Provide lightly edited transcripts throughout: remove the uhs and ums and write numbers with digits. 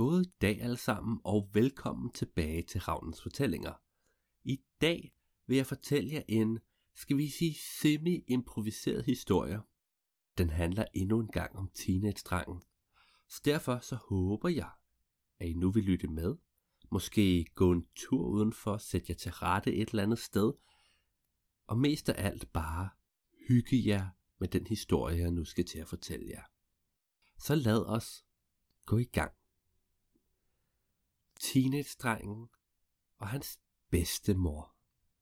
God dag alle sammen, og velkommen tilbage til Ravnens Fortællinger. I dag vil jeg fortælle jer en, skal vi sige, semi-improviseret historie. Den handler endnu en gang om teenage-drengen. Så derfor så håber jeg, at I nu vil lytte med. Måske gå en tur udenfor, sætte jer til rette et eller andet sted. Og mest af alt bare hygge jer med den historie, jeg nu skal til at fortælle jer. Så lad os gå i gang. Teenage-drengen og hans bedste mor.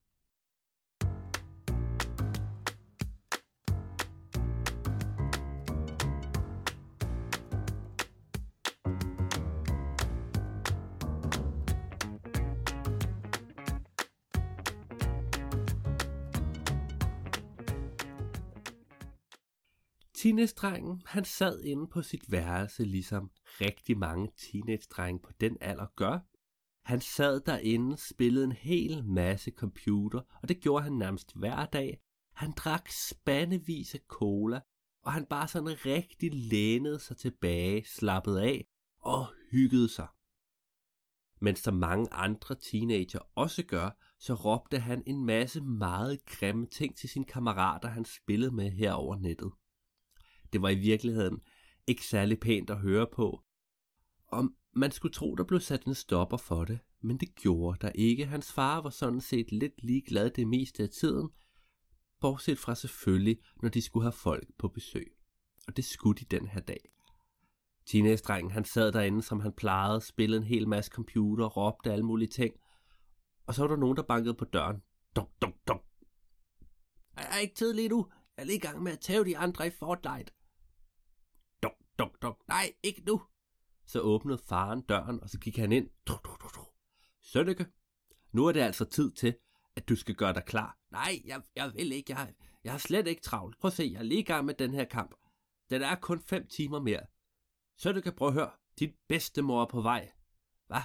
Teenage-drengen, han sad inde på sit værelse, ligesom rigtig mange teenage-drenge på den alder gør. Han sad derinde, spillede en hel masse computer, og det gjorde han nærmest hver dag. Han drak spandevis af cola, og han bare sådan rigtig lænede sig tilbage, slappede af og hyggede sig. Men som mange andre teenager også gør, så råbte han en masse meget grimme ting til sine kammerater, han spillede med her over nettet. Det var i virkeligheden ikke særlig pænt at høre på, og man skulle tro, der blev sat en stopper for det, men det gjorde der ikke. Hans far var sådan set lidt ligeglad det meste af tiden, bortset fra selvfølgelig, når de skulle have folk på besøg. Og det skulle de den her dag. Teenage-drengen, han sad derinde, som han plejede, spillede en hel masse computer, råbte alle mulige ting, og så var der nogen, der bankede på døren. Dunk, dunk, dunk. Jeg er ikke tid lige nu. Jeg er lige i gang med at tæve de andre i Fortnite. Dunk, dunk, dunk. Nej, ikke nu. Så åbnede faren døren, og så gik han ind. Sønneke, nu er det altså tid til, at du skal gøre dig klar. Nej, jeg vil ikke. Jeg har slet ikke travlt. Prøv at se, jeg er lige i gang med den her kamp. Den er kun 5 timer mere. Sønneke, prøv at høre. Din bedstemor er på vej. Hvad?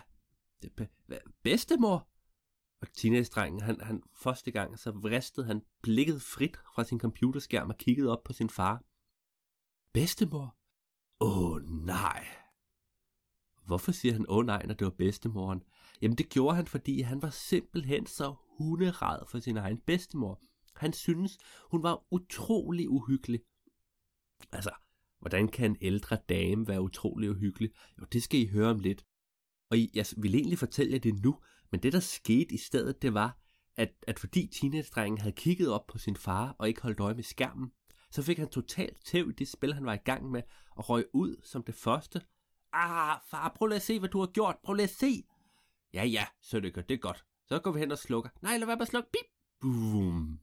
Bedstemor? Og teenage-drengen, han første gang, så vristede han blikket frit fra sin computerskærm og kiggede op på sin far. Bedstemor? Nej. Hvorfor siger han nej, når det var bedstemoren? Jamen det gjorde han, fordi han var simpelthen så hunderad for sin egen bedstemor. Han syntes, hun var utrolig uhyggelig. Altså, hvordan kan en ældre dame være utrolig uhyggelig? Jo, det skal I høre om lidt. Og jeg vil egentlig fortælle jer det nu, men det der skete i stedet, det var, at fordi teenage-drengen havde kigget op på sin far og ikke holdt øje med skærmen, så fik han totalt tæv i det spil, han var i gang med, og røg ud som det første. Far, prøv lige at se, hvad du har gjort. Prøv lige at se. Ja, Sønneke, det er godt. Så går vi hen og slukker. Nej, lad være med at slukke. Bip. Boom.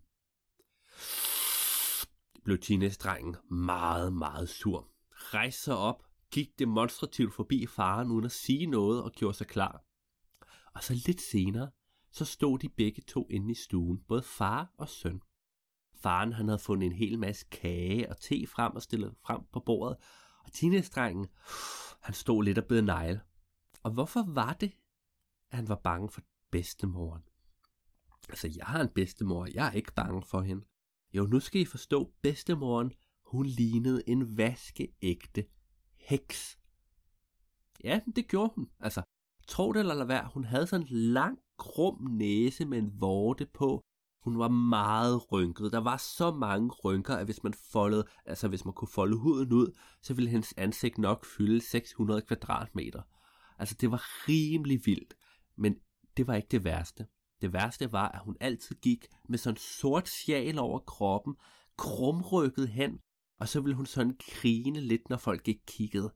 Det blev teenage-drengen meget, meget sur. Rejste sig op, gik demonstrativt forbi faren uden at sige noget og gjorde sig klar. Og så lidt senere, så stod de begge to inde i stuen, både far og søn. Faren, han havde fundet en hel masse kage og te frem og stillet frem på bordet, og teenage-drengen, han stod lidt og bed negle. Og hvorfor var det, at han var bange for bedstemoren? Altså, jeg har en bedstemor, jeg er ikke bange for hende. Jo, nu skal I forstå, bedstemoren, hun lignede en vaskeægte heks. Ja, det gjorde hun. Altså, tro det eller lad være, hun havde sådan en lang, krum næse med en vorte på. Hun var meget rynket. Der var så mange rynker, at hvis man kunne folde huden ud, så ville hendes ansigt nok fylde 600 kvadratmeter. Altså, det var rimelig vildt. Men det var ikke det værste. Det værste var, at hun altid gik med sådan en sort sjal over kroppen, krumrykket hen, og så ville hun sådan grine lidt, når folk ikke kiggede.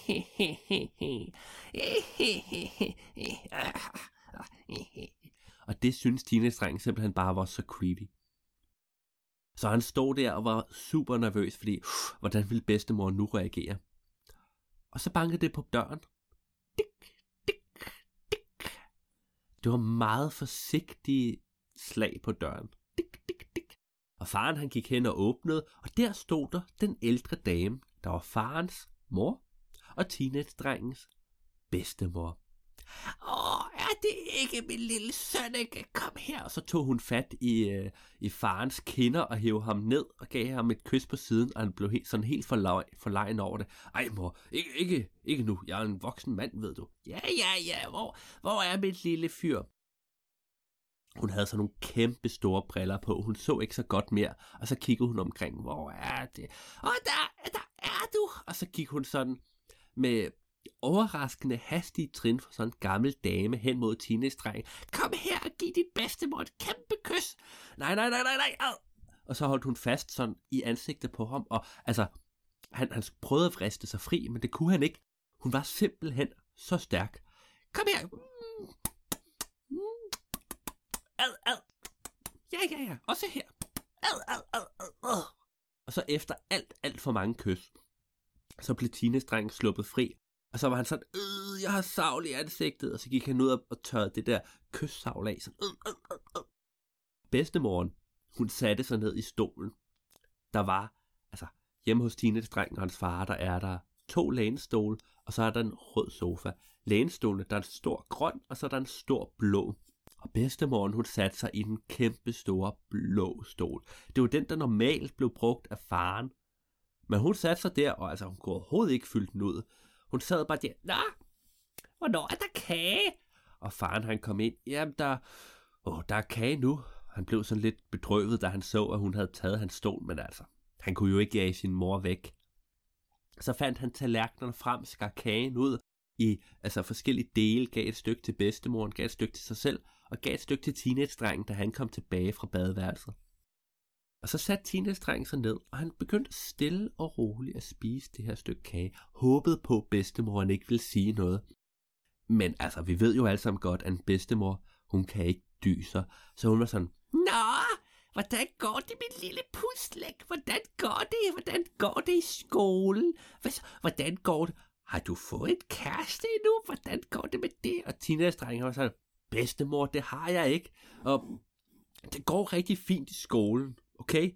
Og det synes teenage-drengen simpelthen bare var så creepy. Så han stod der og var super nervøs, fordi hvordan ville bedstemor nu reagere? Og så bankede det på døren. Dik, dik, dik. Det var meget forsigtige slag på døren. Dik, dik, dik. Og faren han gik hen og åbnede, og der stod der den ældre dame, der var farens mor og teenage-drengens bedstemor. Er det er ikke min lille søn, ikke? Kom her. Og så tog hun fat i farens kinder og hævde ham ned og gav ham et kys på siden, og han blev helt forlegen over det. Ej mor, ikke nu. Jeg er en voksen mand, ved du. Ja, hvor er mit lille fyr? Hun havde sådan nogle kæmpe store briller på. Hun så ikke så godt mere. Og så kiggede hun omkring. Hvor er det? Der er du! Og så gik hun sådan med overraskende hastige trin for sådan en gammel dame hen mod teenage-drengen. Kom her og giv din bedstemor et kæmpe kys. Nej. Og så holdt hun fast sådan i ansigtet på ham. Og altså, han prøvede at vriste sig fri, men det kunne han ikke. Hun var simpelthen så stærk. Kom her! Ad. Ja. Også her. Ad. Og så efter alt for mange kys, så blev teenage-drengen sluppet fri. Og så var han sådan, jeg har savl i ansigtet. Og så gik han ud og tørrede det der kyssavl af. Sådan, Bedstemoren, hun satte sig ned i stolen. Der var, altså hjemme hos teenage-drengen og hans far, der er der 2 lænestole, og så er der en rød sofa. Lænestolene, der er en stor grøn, og så er der en stor blå. Og bedstemoren, hun satte sig i den kæmpe store blå stol. Det var den, der normalt blev brugt af faren. Men hun satte sig der, og altså hun kunne overhovedet ikke fylde den ud. Hun sad bare der, nå, hvornår er der kage? Og faren, han kom ind, jamen der er kage nu. Han blev sådan lidt bedrøvet, da han så, at hun havde taget hans stol, men altså, han kunne jo ikke jage sin mor væk. Så fandt han tallerkenerne frem, skar kagen ud i forskellige dele, gav et stykke til bedstemoren, gav et stykke til sig selv, og gav et stykke til teenage-drengen, da han kom tilbage fra badeværelset. Og så satte teenage-drengen sig ned, og han begyndte stille og roligt at spise det her stykke kage, håbede på, at bedstemoren ikke ville sige noget. Men altså, vi ved jo alle sammen godt, at en bedstemor, hun kan ikke dyse, så hun var sådan, nå, hvordan går det, mit lille puslæg? Hvordan går det i skolen? Hvordan går det? Har du fået et kæreste endnu? Hvordan går det med det? Og teenage-drengen var sådan, bedstemor, det har jeg ikke. Og det går rigtig fint i skolen, okay?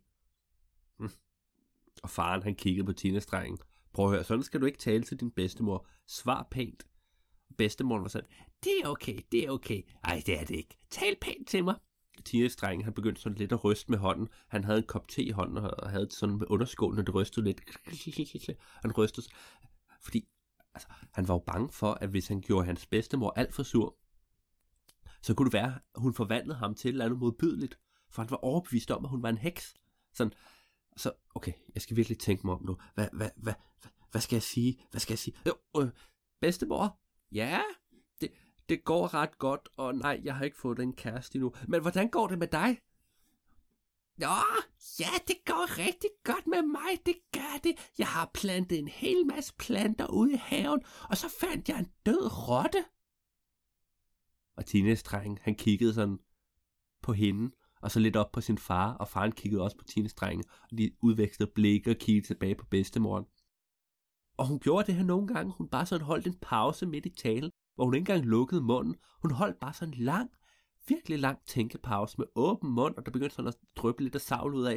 Og faren, han kiggede på teenage-drengen. Prøv at høre, sådan skal du ikke tale til din bedstemor. Svar pænt. Bedstemoren var sådan, det er okay. Ej, det er det ikke. Tal pænt til mig. Teenage-drengen, han begyndte sådan lidt at ryste med hånden. Han havde en kop te i hånden, og havde sådan med underskålen, og det rystede lidt. Han rystede, fordi altså, han var jo bange for, at hvis han gjorde hans bedstemor alt for sur, så kunne det være, at hun forvandlede ham til et eller andet modbydeligt. For han var overbevist om, at hun var en heks. Sådan, så, okay, jeg skal virkelig tænke mig om nu. Hvad skal jeg sige? Jo, bedstemor? Ja, det går ret godt, og nej, jeg har ikke fået en kæreste endnu. Men hvordan går det med dig? Nå, ja, det går rigtig godt med mig, det gør det. Jeg har plantet en hel masse planter ude i haven, og så fandt jeg en død rotte. Og teenage-drengen, han kiggede sådan på hende, og så lidt op på sin far, og faren kiggede også på teenage-drengen, og de udvekslede blikke og kiggede tilbage på bedstemoren. Og hun gjorde det her nogle gange, hun bare sådan holdt en pause midt i talen, hvor hun ikke engang lukkede munden. Hun holdt bare sådan en virkelig lang tænkepause med åben mund, og der begyndte sådan at dryppe lidt af savl ud af.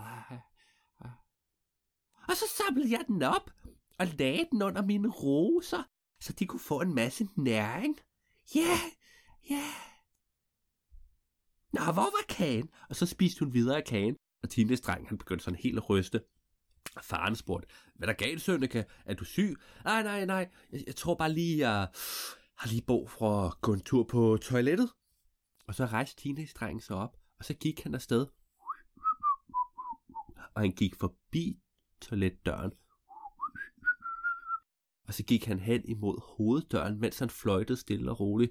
Og så samlede jeg den op, og lagde den under mine roser, så de kunne få en masse næring. Ja. Nå, hvor var kagen? Og så spiste hun videre af kagen, og teenage-drengen, han begyndte sådan helt at ryste. Og faren spurgte, hvad der galt, Sønneke? Er du syg? Nej. Jeg tror bare lige, jeg har lige brug for at gå en tur på toilettet. Og så rejste teenage-drengen sig op, og så gik han afsted. Og han gik forbi toiletdøren. Og så gik han hen imod hoveddøren, mens han fløjtede stille og roligt.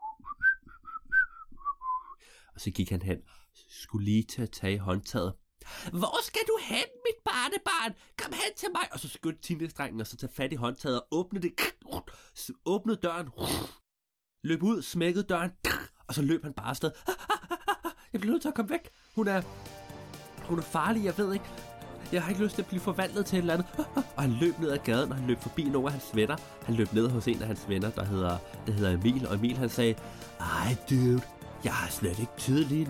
Og så gik han hen, skulle lige til at tage håndtaget. Hvor skal du hen, mit barnebarn? Kom hen til mig. Og så skyndte teenage-drengen og så tage fat i håndtaget og åbnede døren. Løb ud, smækkede døren, og så løb han bare afsted. Jeg bliver nødt til at komme væk. Hun er farlig, jeg ved ikke. Jeg har ikke lyst til at blive forvandlet til et eller andet. Og han løb ned ad gaden, og han løb forbi nogle af hans venner. Han løb ned hos en af hans venner, der hedder Emil. Og Emil, han sagde, ej dude, jeg har slet ikke tid lige nu.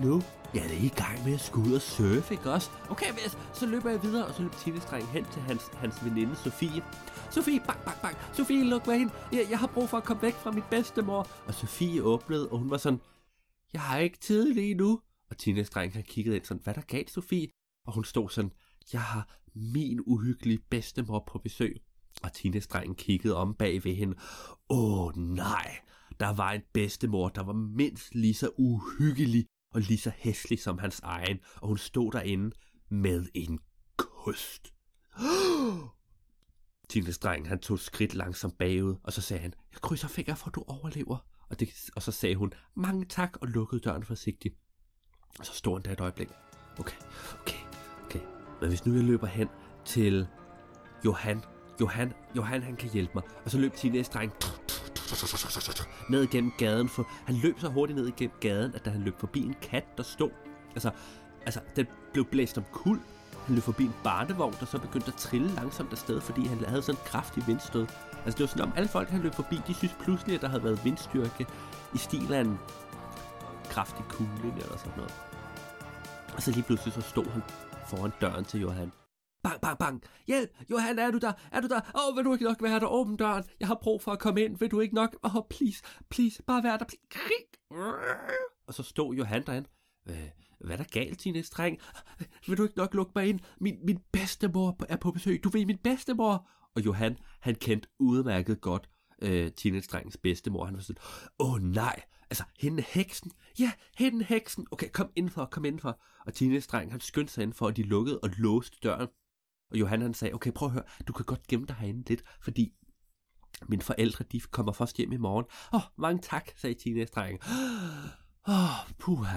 Jeg er i gang med at skulle ud og surfe, ikke også? Okay, så løber jeg videre, og så løber teenage-drengen hen til hans veninde Sofie. Sofie, bang, bang, bang. Sofie, luk mig ind. Jeg har brug for at komme væk fra min bedstemor. Og Sofie åbnede, og hun var sådan, jeg har ikke tid lige nu. Og teenage-drengen han kiggede ind sådan, hvad der galt, Sofie? Og hun stod sådan, jeg har min uhyggelige bedstemor på besøg. Og teenage-drengen kiggede om bag ved hende. Nej, der var en bedstemor, der var mindst lige så uhyggelig og lige så hæslig som hans egen, og hun stod derinde med en kost. Teenage-drengen, han tog et skridt langsomt bagud, og så sagde han, jeg krydser fingre for, at du overlever. Og så sagde hun, mange tak, og lukkede døren forsigtigt. Og så stod han der et øjeblik. Okay. Men hvis nu jeg løber hen til Johan, han kan hjælpe mig. Og så løb teenage-drengen ned igennem gaden, for han løb så hurtigt ned igennem gaden, at da han løb forbi en kat, der stod, altså den blev blæst om kul. Han løb forbi en barnevogn, der så begyndte at trille langsomt afsted, fordi han havde sådan en kraftig vindstød. Altså det var sådan, om alle folk, han løb forbi, de synes pludselig, at der havde været vindstyrke i stil af en kraftig kugle eller sådan noget. Og så lige pludselig så stod han foran døren til Johan. Bang, bang, bang. Hjælp! Johan, er du der? Vil du ikke nok være der? Åbn døren. Jeg har brug for at komme ind. Vil du ikke nok? Please. Bare vær der. Og så stod Johan derinde. Hvad er der galt, teenage-dreng? Vil du ikke nok lukke mig ind? Min bedstemor er på besøg. Du ved, min bedstemor. Og Johan, han kendte udmærket godt teenage-drengens bedstemor. Han var sådan, nej. Altså, hende heksen. Ja, hende heksen. Okay, kom indenfor. Og teenage-drengen, han skyndte sig indenfor, og de lukkede og låste døren. Og Johan, han sagde, okay, prøv at høre, du kan godt gemme dig herinde lidt, fordi mine forældre, de kommer først hjem i morgen. Mange tak, sagde teenage-drengen. Puha.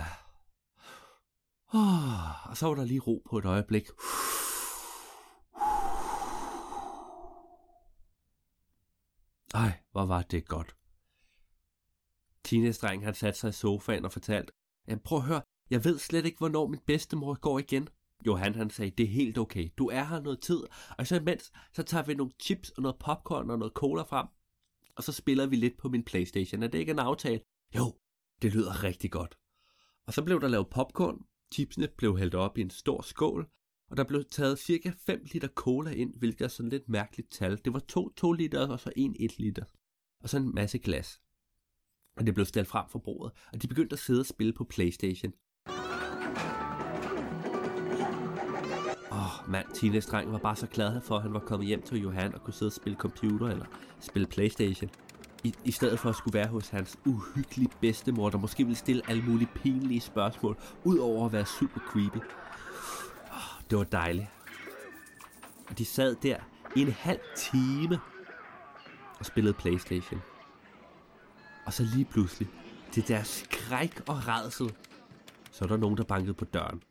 Og så var der lige ro på et øjeblik. Hvor var det godt. Teenage-drengen, han satte sig i sofaen og fortalte, prøv at høre, jeg ved slet ikke, hvornår min bedstemor går igen. Johan, han sagde, det er helt okay. Du er her noget tid, og så imens, så tager vi nogle chips og noget popcorn og noget cola frem, og så spiller vi lidt på min PlayStation. Er det ikke en aftale? Jo, det lyder rigtig godt. Og så blev der lavet popcorn, chipsene blev hældt op i en stor skål, og der blev taget cirka 5 liter cola ind, hvilket er sådan lidt mærkeligt tal. Det var 2 liter og så 1 liter. Og så en masse glas. Og det blev stillet frem for bordet, og de begyndte at sidde og spille på PlayStation. Teenage-drengen var bare så glad for, at han var kommet hjem til Johan og kunne sidde og spille computer eller spille PlayStation. I stedet for at skulle være hos hans uhyggelige bedstemor, der måske ville stille alle mulige pinlige spørgsmål, udover at være super creepy. Det var dejligt. Og de sad der i en halv time og spillede PlayStation. Og så lige pludselig, til deres skræk og rædsel, så er der nogen, der bankede på døren.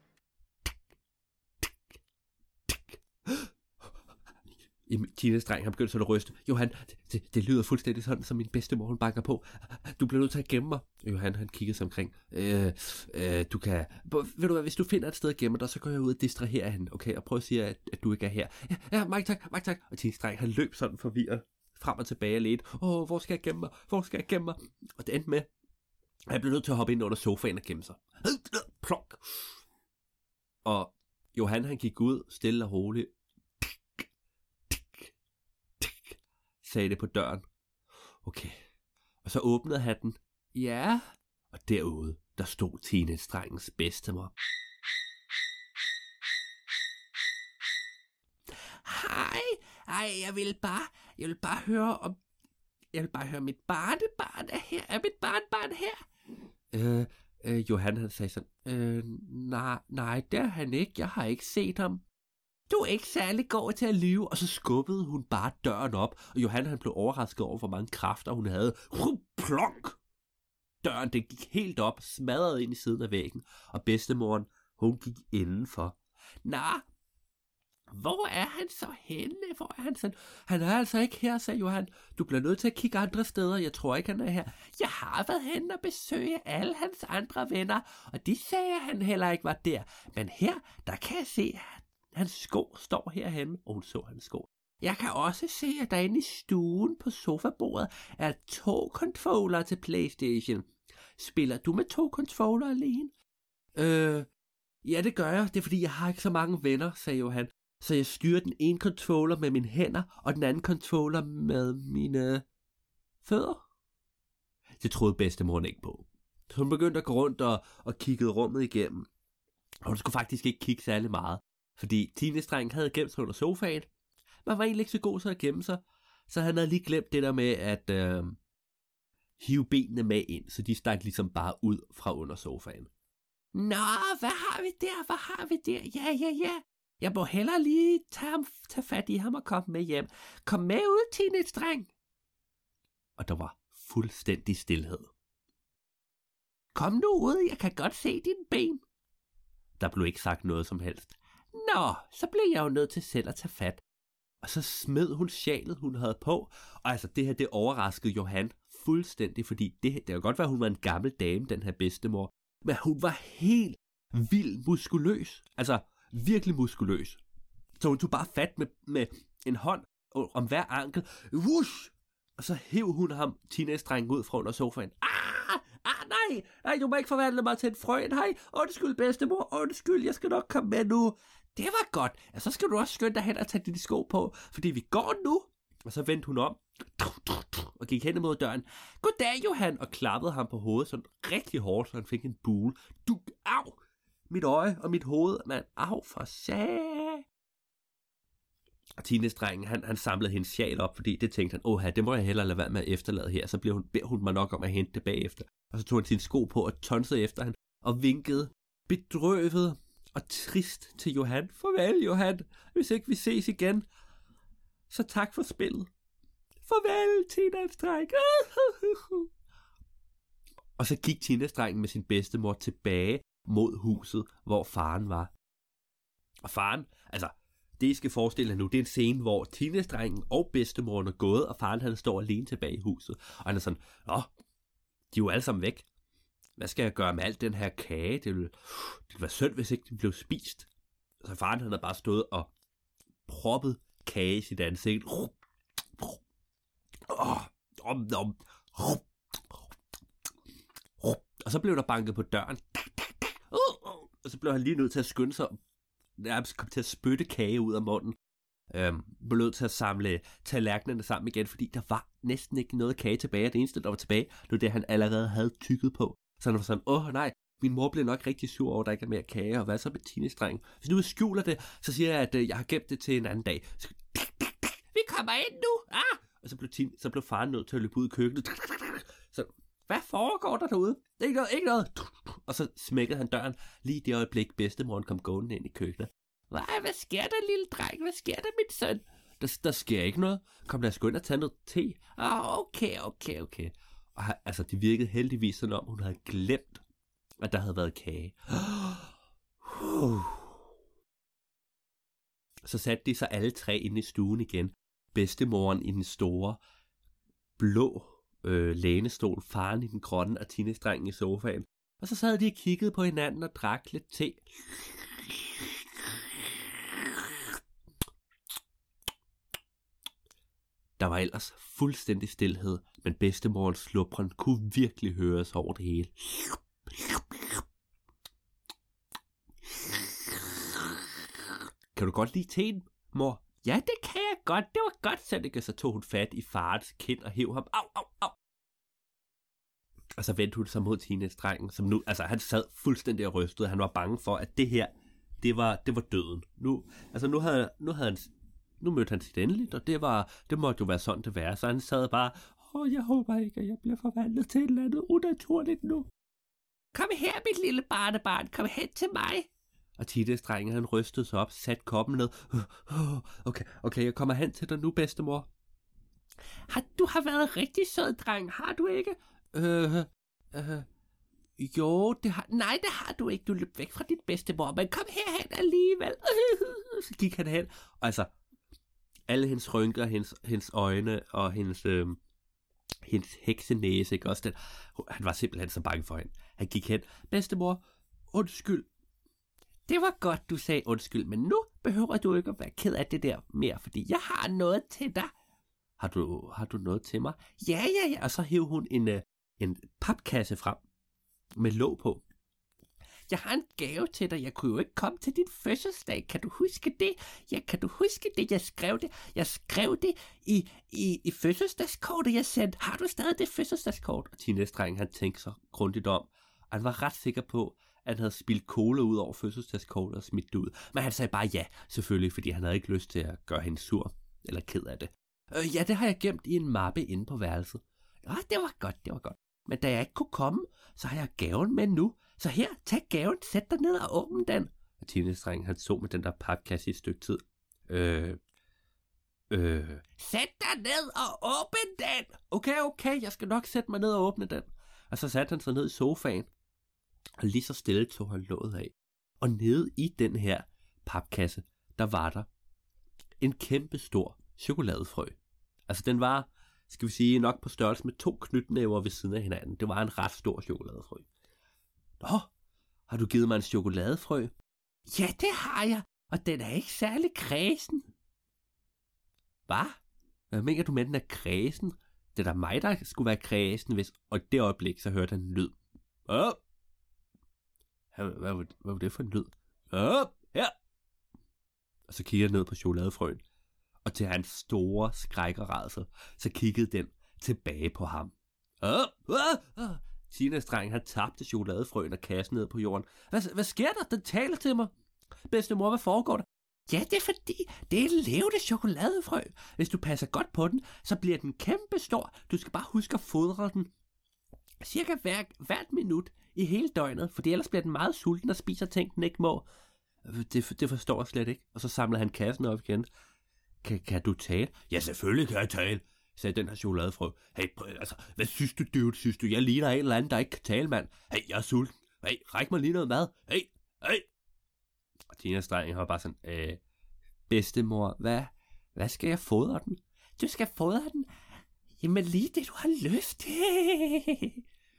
Teenage-drengen, han begyndte så at ryste. Johan, det lyder fuldstændig sådan, som min bedstemor, hun banker på. Du bliver nødt til at gemme mig. Johan, han kiggede sig omkring. Du kan... Ved du hvad, hvis du finder et sted at gemme dig, så går jeg ud og distraherer hende, okay? Og prøv at sige, at du ikke er her. Ja, mange tak. Og teenage-drengen, han løb sådan forvirret frem og tilbage lidt. Hvor skal jeg gemme mig? Og det endte med, at jeg blev nødt til at hoppe ind under sofaen og gemme sig. Plok. Og Johan, han gik ud stille og roligt, sagde det på døren. Okay. Og så åbnede han den. Ja. Og derude, der stod teenage-drengens bedstemor. Hej, jeg vil bare høre om... mit barnebarn er her. Er mit barnebarn her? Johan, han sagde sådan, nej, det er han ikke. Jeg har ikke set ham. Du er ikke særlig god til at lyve. Og så skubbede hun bare døren op, og Johan, han blev overrasket over, hvor mange kræfter hun havde. Plonk! Døren, det gik helt op, smadret ind i siden af væggen, og bedstemoren, hun gik indenfor. Hvor er han så henne? Hvor er han sådan? Han er altså ikke her, sagde Johan. Du bliver nødt til at kigge andre steder. Jeg tror ikke, han er her. Jeg har været henne og besøge alle hans andre venner, og de sagde, at han heller ikke var der. Men her, der kan jeg se, at hans sko står herhenne, og hun så hans sko. Jeg kan også se, at derinde i stuen på sofabordet er 2 controller til PlayStation. Spiller du med 2 controller alene? Ja, det gør jeg. Det er fordi, jeg har ikke så mange venner, sagde Johan. Så jeg styrer den ene controller med mine hænder, og den anden controller med mine fødder. Det troede bedstemoren ikke på. Så hun begyndte at gå rundt og kiggede rummet igennem. Og hun skulle faktisk ikke kigge særlig meget, fordi teenage-drengen havde gemt sig under sofaen. Man var egentlig ikke så god til at gemme sig, så han havde lige glemt det der med at hive benene med ind, så de stak ligesom bare ud fra under sofaen. Nå, hvad har vi der? Ja. Jeg må hellere lige tage fat i ham og komme med hjem. Kom med ud, teenage-dreng. Og der var fuldstændig stilhed. Kom nu ud, jeg kan godt se dine ben. Der blev ikke sagt noget som helst. Nå, så blev jeg jo nødt til selv at tage fat. Og så smed hun sjalet, hun havde på. Og altså, det her, det overraskede Johan fuldstændig, fordi det kan godt være, hun var en gammel dame, den her bedstemor. Men hun var helt vildt muskuløs. Altså, virkelig muskuløs. Så hun tog bare fat med en hånd om hver ankel. Whoosh! Og så hev hun ham, teenage-drengen, ud fra under sofaen. Nej, du må ikke forvandle mig til en frø. Nej, undskyld bedstemor, undskyld, jeg skal nok komme med nu. Det var godt. Ja, så skal du også skynde dig hen og tage dine sko på, fordi vi går nu. Og så vendte hun om og gik hen imod døren. Goddag, Johan, og klappede ham på hovedet sådan rigtig hårdt, så han fik en bule. Au! Mit øje og mit hoved, mand. Au, for sag. Og teenage-drengen, han samlede hendes sjal op, fordi det tænkte han, det må jeg hellere lade være med at efterlade her. Så beder hun mig nok om at hente det bagefter. Og så tog han sine sko på og tonsede efter han og vinkede bedrøvet og trist til Johan. Farvel, Johan. Hvis ikke vi ses igen, så tak for spillet. Farvel, teenage-dreng. Og så gik teenage-drengen med sin bedstemor tilbage mod huset, hvor faren var. Og faren, altså, det I skal forestille jer nu, det er en scene, hvor teenage-drengen og bedstemoren er gået, og faren han står alene tilbage i huset. Og han er sådan, de er jo alle sammen væk. Hvad skal jeg gøre med alt den her kage? Det ville være synd, hvis ikke den blev spist. Så faren han havde bare stået og proppet kage i sit ansigt. Og så blev der banket på døren. Og så blev han lige nødt til at skynde sig. Nærmest kom til at spytte kage ud af munden. Blev nødt til at samle tallerkenerne sammen igen, fordi der var næsten ikke noget kage tilbage. Det eneste, der var tilbage, det var det, han allerede havde tykket på. Så han var sådan, nej, min mor blev nok rigtig sur over, at der ikke er mere kage, og hvad så med teenage-drengen? Hvis nu jeg skjuler det, så siger jeg, at jeg har gemt det til en anden dag. Så, vi kommer ind nu! Og så blev faren nødt til at løbe ud i køkkenet. Så, hvad foregår der derude? Ikke noget. Og så smækkede han døren lige i det øjeblik, bedstemoren kom gående ind i køkkenet. Hvad sker der, lille dreng? Hvad sker der, min søn? Der sker ikke noget. Kom, lad os gå ind og tage noget te. Okay. Og altså, det virkede heldigvis sådan om, hun havde glemt, at der havde været kage. Så satte de sig alle tre inde i stuen igen. Bedstemoren i den store, blå lænestol, faren i den grønne og teenage-drengen i sofaen. Og så sad de og kiggede på hinanden og drak lidt te. Der var ellers fuldstændig stilhed, men bedstemorens slubren kunne virkelig høres over det hele. Kan du godt lide teen, mor? Ja, det kan jeg godt. Det var godt, Sanneke. Så tog hun fat i farens kind og hæv ham. Au. Og så vendte hun sig mod teenage-drengen, som nu, altså han sad fuldstændig og rystede. Han var bange for, at det her, det var døden. Nu mødte han sit endeligt, og det måtte jo være sådan det være. Så han sad bare, jeg håber ikke, at jeg bliver forvandlet til et eller andet unaturligt nu. Kom her, mit lille barnebarn, kom hen til mig. Og teenage-drengen, han rystede sig op, satte koppen ned. Okay, jeg kommer hen til dig nu, bedstemor. Du har været rigtig sød, dreng, har du ikke? Jo, det har du ikke. Du løb væk fra dit bedstemor, men kom herhen alligevel. Så gik han hen, og altså, alle hendes rynker, hendes øjne og hendes heksenæse, ikke også? Han var simpelthen så bange for hende. Han gik hen, bedstemor, undskyld. Det var godt, du sagde undskyld, men nu behøver du ikke at være ked af det der mere, fordi jeg har noget til dig. Har du noget til mig? Ja, og så hævde hun en papkasse frem med låg på. jeg har en gave til dig. Jeg kunne jo ikke komme til din fødselsdag. Kan du huske det? Ja, kan du huske det? Jeg skrev det i fødselsdagskortet, jeg sendte. Har du stadig det fødselsdagskort? Og teenage-drengen, han tænkte sig grundigt om. Og han var ret sikker på, at han havde spildt cola ud over fødselsdagskortet og smidt det ud. Men han sagde bare ja, selvfølgelig, fordi han havde ikke lyst til at gøre hende sur eller ked af det. Ja, det har jeg gemt i en mappe inde på værelset. Ja, det var godt. Men da jeg ikke kunne komme, så har jeg gaven med nu. Så her, tag gaven, sæt dig ned og åbn den. Og teenage-drengen, han så med den der papkasse i et stykke tid. Sæt dig ned og åbn den! Okay, jeg skal nok sætte mig ned og åbne den. Og så satte han sig ned i sofaen. Og lige så stille tog han låget af. Og nede i den her papkasse, der var der en kæmpe stor chokoladefrø. Altså den var, skal vi sige, nok på størrelse med 2 knytnæver ved siden af hinanden. Det var en ret stor chokoladefrø. Nå, har du givet mig en chokoladefrø? Ja, det har jeg, og den er ikke særlig kræsen. Hvad mener du med, den er kræsen? Det er da mig, der skulle være kræsen, hvis... Og i det øjeblik, så hørte han en lyd. Hvad var det for en lyd? Her! Og så kigger han ned på chokoladefrøen. Og til hans store skræk og rædsel, så kiggede den tilbage på ham. Teenage-drengen, han tabte chokoladefrøen og kassen ned på jorden. Hvad sker der? Den taler til mig. Bedstemor, hvad foregår der? Ja, det er fordi, det er en levende chokoladefrø. Hvis du passer godt på den, så bliver den kæmpe stor. Du skal bare huske at fodre den cirka hvert minut i hele døgnet, for ellers bliver den meget sulten og spiser ting, den ikke må. Det forstår jeg slet ikke. Og så samler han kassen op igen. Kan du tale? Ja, selvfølgelig kan jeg tale, sagde den her chokoladefrø. Hey, altså, hvad synes du, dude? Synes du, jeg ligner en eller anden, der ikke kan tale, mand? Hey, jeg er sulten. Hey, ræk mig lige noget mad. Hey. Og teenage-drengen var bare sådan, bedstemor, hvad skal jeg fodre den? Du skal fodre den? Jamen lige det, du har lyst til.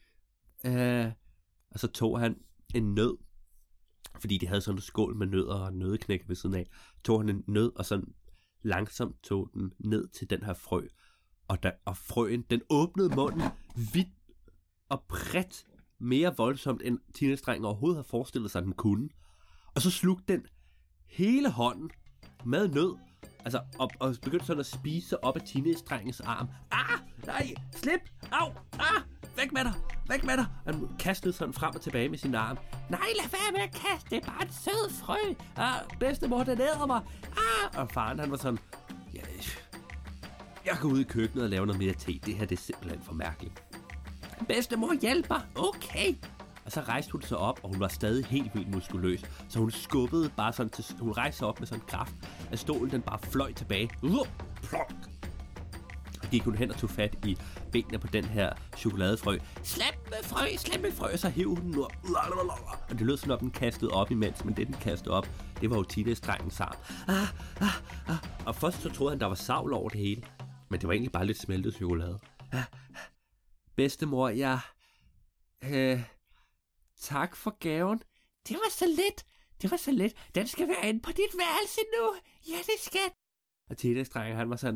Og så tog han en nød, fordi de havde sådan en skål med nødder og nøddeknæk ved siden af. Tog han en nød, og sådan langsomt tog den ned til den her frø. Og frøen, den åbnede munden vidt og bredt, mere voldsomt, end teenage-drengen overhovedet havde forestillet sig, den kunne. Og så slugte den hele hånden med nød, altså, og begyndte sådan at spise op af teenage-drengens arm. Nej, slip! Au! Væk med dig! Han kastede sådan frem og tilbage med sin arm. Nej, lad være med at kaste, det er bare en sød frø. Bedstemor, den æder mig. Og faren, han var sådan, jeg går ud i køkkenet og laver noget mere te. Det her, det er simpelthen for mærkeligt. Bedstemor, hjælp mig. Okay. Og så rejste hun sig op, og hun var stadig helt vildt muskuløs. Så hun skubbede bare sådan til... Hun rejste sig op med sådan en kraft, at stolen den bare fløj tilbage. Plonk! Og gik hun hen og tog fat i benene på den her chokoladefrø. Slap med frø! Og så hæv hun den ud. Og det lød sådan, at den kastede op imens, men det den kastede op, det var jo teenage-drengens arm. Og først så troede han, der var savl over det hele. Men det var egentlig bare lidt smeltet chokolade. Bedstemor, tak for gaven. Det var så lidt. Den skal være inde på dit værelse nu. Ja, det skal. Og teenage-drengen, han var sådan...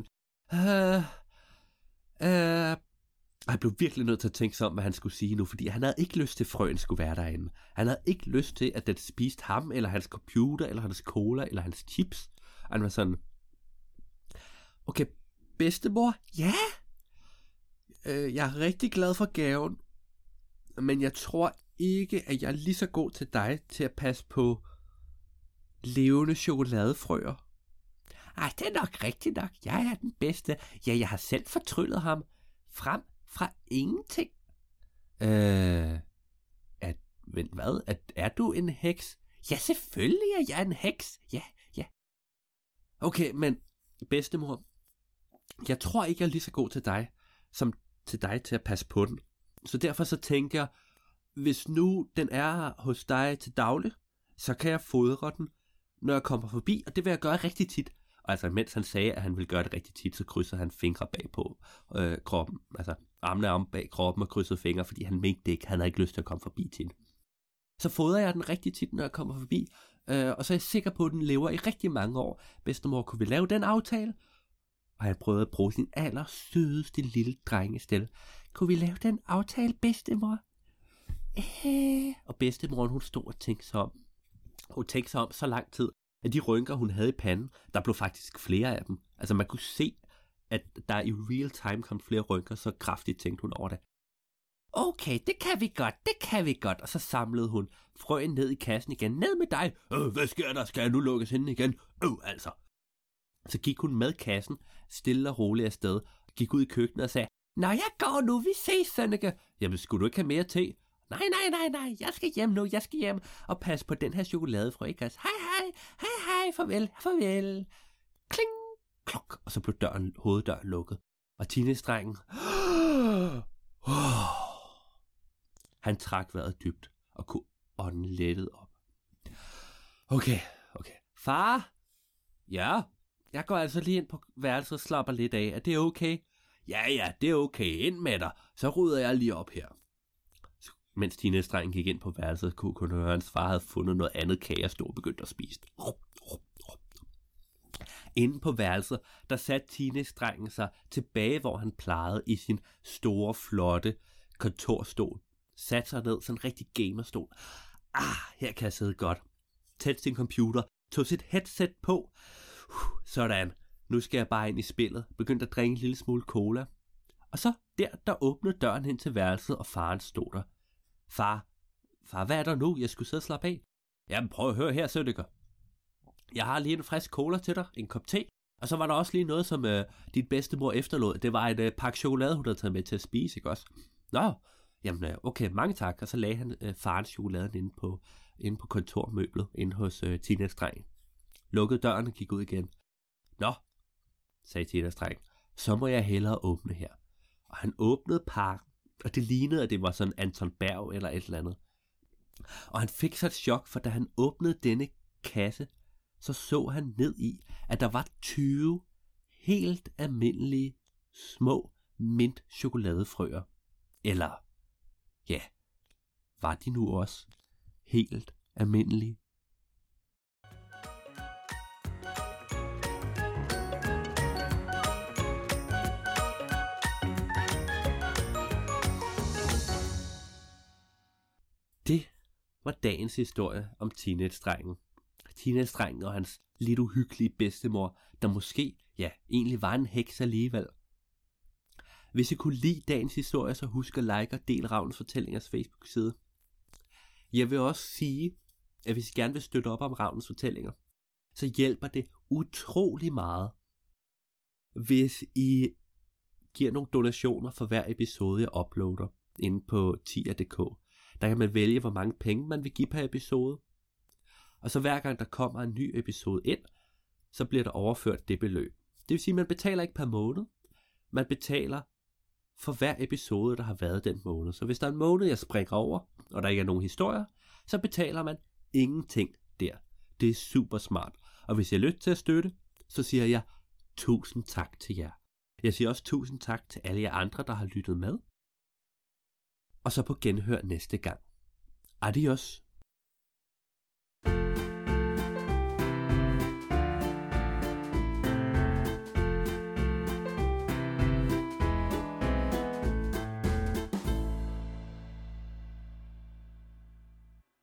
Han blev virkelig nødt til at tænke sig om, hvad han skulle sige nu, fordi han havde ikke lyst til, at frøen skulle være derinde. Han havde ikke lyst til, at den spiste ham, eller hans computer, eller hans cola, eller hans chips. Og han var sådan... Okay, bedstemor? Ja? Jeg er rigtig glad for gaven, men jeg tror ikke, at jeg er lige så god til dig til at passe på levende chokoladefrøer. Ej, det er nok rigtigt nok. Jeg er den bedste. Ja, jeg har selv fortryllet ham frem fra ingenting. Men hvad? Er du en heks? Ja, selvfølgelig er jeg en heks. Ja. Okay, men bedstemor, jeg tror ikke, jeg er lige så god til dig, som til dig til at passe på den. Så derfor så tænker jeg, hvis nu den er hos dig til daglig, så kan jeg fodre den, når jeg kommer forbi, og det vil jeg gøre rigtig tit. Og altså, mens han sagde, at han ville gøre det rigtig tit, så krydser han fingre bag på kroppen. Altså, armene om bag kroppen og krydsede fingre, fordi han mente det ikke. Han havde ikke lyst til at komme forbi tit. Så fodrer jeg den rigtig tit, når jeg kommer forbi, og så er jeg sikker på, at den lever i rigtig mange år. Bedstemor, kunne vi lave den aftale? Og han prøvede at bruge sin allersødeste lille drengestemme. Kunne vi lave den aftale, bedstemor? Og bedstemoren, hun stod og tænkte sig om. Hun tænkte sig om så lang tid, at de rynker, hun havde i panden, der blev faktisk flere af dem. Altså man kunne se, at der i real time kom flere rynker, så kraftigt tænkte hun over det. Okay, det kan vi godt. Og så samlede hun frøen ned i kassen igen. Ned med dig. Hvad sker der? Skal jeg nu lukkes inde igen? Altså. Så gik hun med kassen, stille og roligt afsted, gik ud i køkkenet og sagde, nå, jeg går nu, vi ses, Sønneke. Jamen, skulle du ikke have mere te? Nej, jeg skal hjem nu, og passe på den her chokoladefrø, ikke også? Hej, farvel. Kling, klok, og så blev hoveddøren lukket. Og teenage-drengen, han trak vejret dybt og kunne ånden lettet op. Okay. Far? Ja? Jeg går altså lige ind på værelset og slapper lidt af. Er det okay? Ja, det er okay. Ind med dig. Så rydder jeg lige op her. Mens teenage-drengen gik ind på værelset, kunne hun høre, at hans far havde fundet noget andet kage og stod og begyndte at spise. Inde på værelset, der satte teenage-drengen sig tilbage, hvor han plejede i sin store, flotte kontorstol. Satte sig ned, sådan en rigtig gamerstol. Her kan jeg sidde godt. Tændte sin computer, tog sit headset på. Sådan, nu skal jeg bare ind i spillet. Begyndte at drikke en lille smule cola. Og så der åbnede døren hen til værelset, og faren stod der. Far, hvad er der nu? Jeg skulle sidde og slappe af. Jamen prøv at høre her, Sønneke. Jeg har lige en frisk cola til dig, en kop te. Og så var der også lige noget, som dit bedstemor efterlod. Det var et pakke chokolade, hun havde taget med til at spise, ikke også? Nå, jamen okay, mange tak. Og så lagde han farens chokoladen inde på kontormøblet, inde hos teenage-drengen. Lukkede døren og gik ud igen. Nå, sagde teenage-drengen, så må jeg hellere åbne her. Og han åbnede pakken, og det lignede, at det var sådan Anton Berg eller et eller andet. Og han fik så et chok, for da han åbnede denne kasse, så han ned i, at der var 20 helt almindelige små mint chokoladefrøer. Eller, ja, var de nu også helt almindelige? Det var dagens historie om teenage-drengen. Teenage-drengen og hans lidt uhyggelige bedstemor, der måske, egentlig var en heks alligevel. Hvis I kunne lide dagens historie, så husk at like og del Ravnens Fortællingers Facebook-side. Jeg vil også sige, at hvis I gerne vil støtte op om Ravnens Fortællinger, så hjælper det utrolig meget, hvis I giver nogle donationer for hver episode, jeg uploader inde på tier.dk. Der kan man vælge, hvor mange penge man vil give per episode. Og så hver gang der kommer en ny episode ind, så bliver der overført det beløb. Det vil sige, at man betaler ikke per måned. Man betaler for hver episode, der har været den måned. Så hvis der er en måned, jeg springer over, og der ikke er nogen historier, så betaler man ingenting der. Det er super smart. Og hvis jeg har lyst til at støtte, så siger jeg tusind tak til jer. Jeg siger også tusind tak til alle jer andre, der har lyttet med. Og så på genhør næste gang. Adios.